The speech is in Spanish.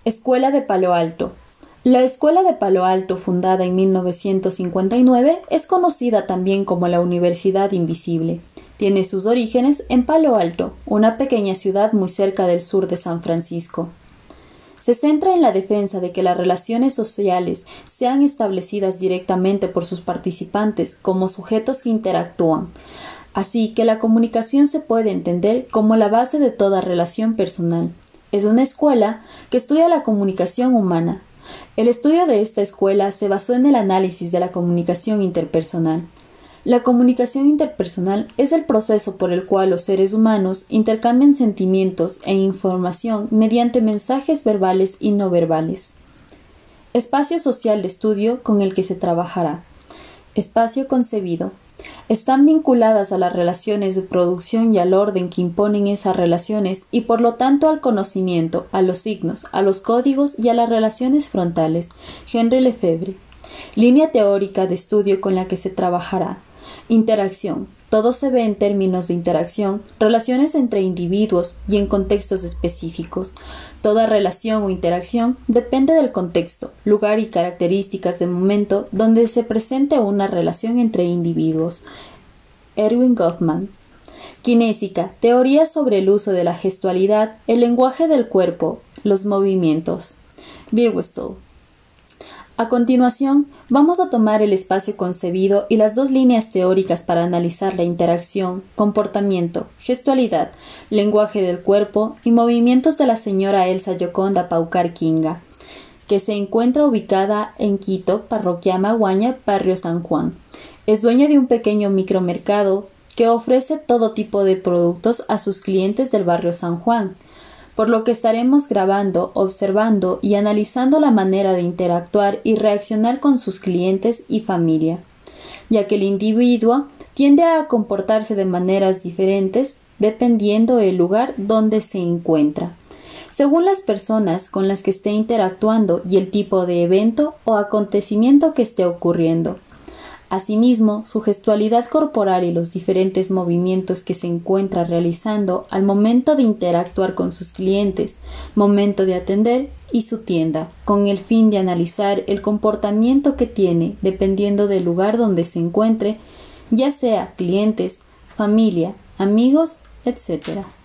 Escuela de Palo Alto. La Escuela de Palo Alto, fundada en 1959, es conocida también como la Universidad Invisible. Tiene sus orígenes en Palo Alto, una pequeña ciudad muy cerca del sur de San Francisco. Se centra en la defensa de que las relaciones sociales sean establecidas directamente por sus participantes como sujetos que interactúan. Así que la comunicación se puede entender como la base de toda relación personal. Es una escuela que estudia la comunicación humana. El estudio de esta escuela se basó en el análisis de la comunicación interpersonal. La comunicación interpersonal es el proceso por el cual los seres humanos intercambian sentimientos e información mediante mensajes verbales y no verbales. Espacio social de estudio con el que se trabajará. Espacio concebido. Están vinculadas a las relaciones de producción y al orden que imponen esas relaciones y por lo tanto al conocimiento, a los signos, a los códigos y a las relaciones frontales. Henry Lefebvre. Línea teórica de estudio con la que se trabajará. Interacción. Todo se ve en términos de interacción, relaciones entre individuos y en contextos específicos. Toda relación o interacción depende del contexto, lugar y características de momento donde se presente una relación entre individuos. Erving Goffman. Kinésica. Teoría sobre el uso de la gestualidad, el lenguaje del cuerpo, los movimientos. Birwestall. A continuación, vamos a tomar el espacio concebido y las dos líneas teóricas para analizar la interacción, comportamiento, gestualidad, lenguaje del cuerpo y movimientos de la señora Elsa Yoconda Paucar Kinga, que se encuentra ubicada en Quito, Parroquia Amaguaña, Barrio San Juan. Es dueña de un pequeño micromercado que ofrece todo tipo de productos a sus clientes del Barrio San Juan, por lo que estaremos grabando, observando y analizando la manera de interactuar y reaccionar con sus clientes y familia, ya que el individuo tiende a comportarse de maneras diferentes dependiendo del lugar donde se encuentra, según las personas con las que esté interactuando y el tipo de evento o acontecimiento que esté ocurriendo. Asimismo, su gestualidad corporal y los diferentes movimientos que se encuentra realizando al momento de interactuar con sus clientes, momento de atender y su tienda, con el fin de analizar el comportamiento que tiene dependiendo del lugar donde se encuentre, ya sea clientes, familia, amigos, etc.